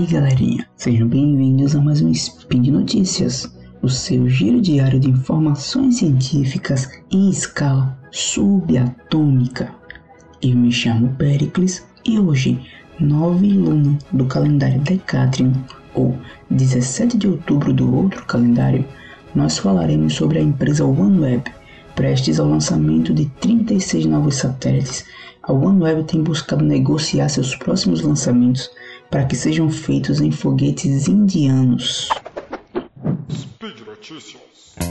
galerinha, sejam bem-vindos a mais um Spin de Notícias, o seu giro diário de informações científicas em escala subatômica. Eu me chamo Pericles e hoje, 9 Luna do calendário Decatrium, ou 17 de outubro do outro calendário, nós falaremos sobre a empresa OneWeb, prestes ao lançamento de 36 novos satélites. A OneWeb tem buscado negociar seus próximos lançamentos para que sejam feitos em foguetes indianos. Speed Notícias.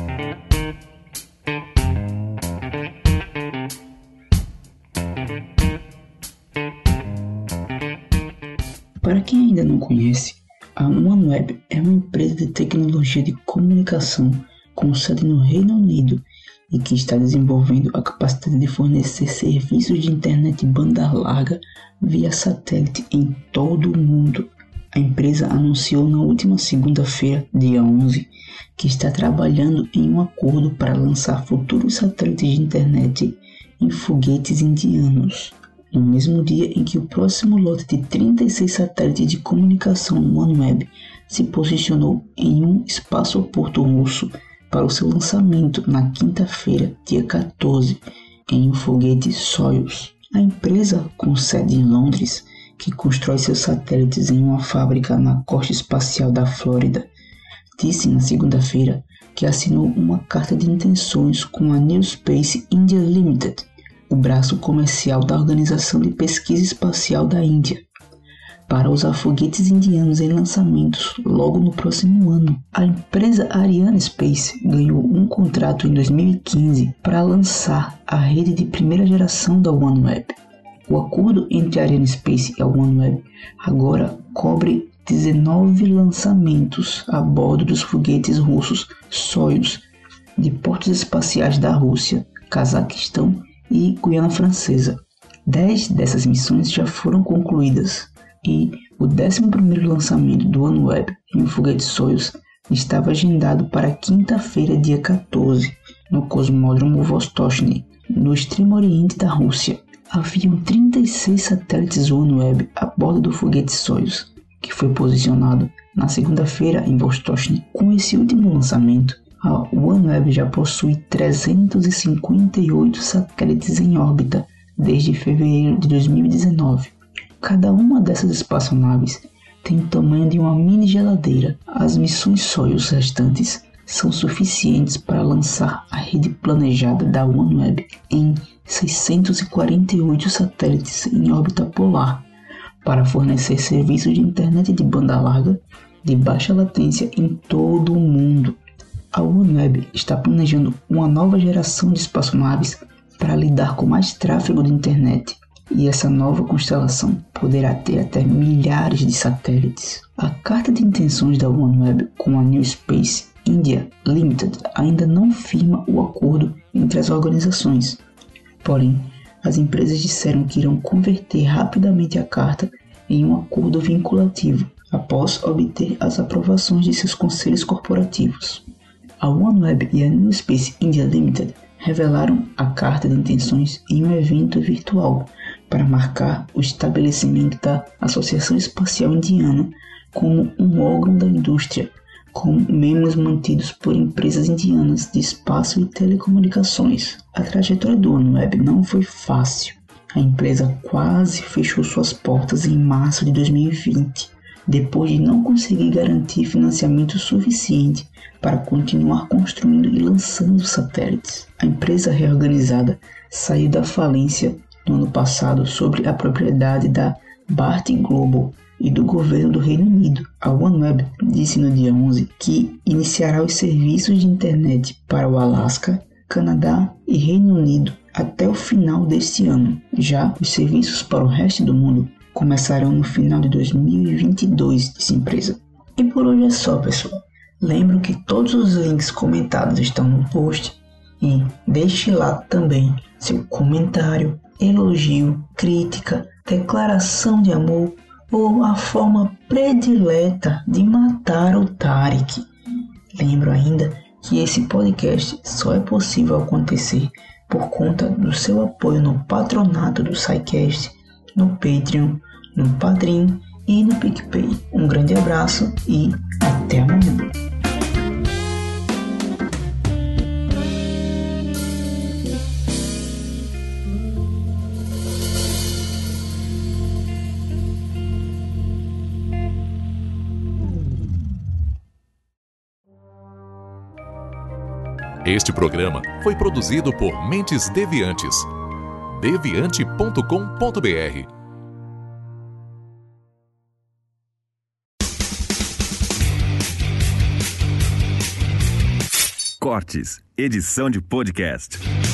Para quem ainda não conhece, a OneWeb é uma empresa de tecnologia de comunicação com sede no Reino Unido e que está desenvolvendo a capacidade de fornecer serviços de internet banda larga via satélite em todo o mundo. A empresa anunciou na última segunda-feira, dia 11, que está trabalhando em um acordo para lançar futuros satélites de internet em foguetes indianos. No mesmo dia em que o próximo lote de 36 satélites de comunicação OneWeb se posicionou em um espaçoporto russo para o seu lançamento na quinta-feira, dia 14, em um foguete Soyuz. A empresa, com sede em Londres, que constrói seus satélites em uma fábrica na costa espacial da Flórida, disse na segunda-feira que assinou uma carta de intenções com a New Space India Limited, o braço comercial da Organização de Pesquisa Espacial da Índia, para usar foguetes indianos em lançamentos logo no próximo ano. A empresa Arianespace ganhou um contrato em 2015 para lançar a rede de primeira geração da OneWeb. O acordo entre a Arianespace e a OneWeb agora cobre 19 lançamentos a bordo dos foguetes russos Soyuz de portos espaciais da Rússia, Cazaquistão e Guiana Francesa. 10 dessas missões já foram concluídas e o 11º lançamento do OneWeb em um foguete Soyuz estava agendado para quinta-feira, dia 14, no cosmódromo Vostochny, no extremo oriente da Rússia. Haviam 36 satélites OneWeb a bordo do foguete Soyuz, que foi posicionado na segunda-feira em Vostochny. Com esse último lançamento, a OneWeb já possui 358 satélites em órbita desde fevereiro de 2019. Cada uma dessas espaçonaves tem o tamanho de uma mini geladeira. As missões Soyuz restantes são suficientes para lançar a rede planejada da OneWeb em 648 satélites em órbita polar, para fornecer serviços de internet de banda larga de baixa latência em todo o mundo. A OneWeb está planejando uma nova geração de espaçonaves para lidar com mais tráfego de internet, e essa nova constelação poderá ter até milhares de satélites. A carta de intenções da OneWeb com a New Space India Limited ainda não firma o acordo entre as organizações. Porém, as empresas disseram que irão converter rapidamente a carta em um acordo vinculativo, após obter as aprovações de seus conselhos corporativos. A OneWeb e a New Space India Limited revelaram a carta de intenções em um evento virtual para marcar o estabelecimento da Associação Espacial Indiana como um órgão da indústria, com membros mantidos por empresas indianas de espaço e telecomunicações. A trajetória do OneWeb não foi fácil. A empresa quase fechou suas portas em março de 2020, depois de não conseguir garantir financiamento suficiente para continuar construindo e lançando satélites. A empresa reorganizada saiu da falência no ano passado sobre a propriedade da Bharti Global e do governo do Reino Unido. A OneWeb disse no dia 11 que iniciará os serviços de internet para o Alasca, Canadá e Reino Unido até o final deste ano. Já os serviços para o resto do mundo começarão no final de 2022, disse a empresa. E por hoje é só, pessoal. Lembro que todos os links comentados estão no post e deixe lá também seu comentário, elogio, crítica, declaração de amor ou a forma predileta de matar o Tarek. Lembro ainda que esse podcast só é possível acontecer por conta do seu apoio no patronato do SciCast, no Patreon, no Padrim e no PicPay. Um grande abraço e até amanhã. Este programa foi produzido por Mentes Deviantes. deviante.com.br. Cortes, edição de podcast.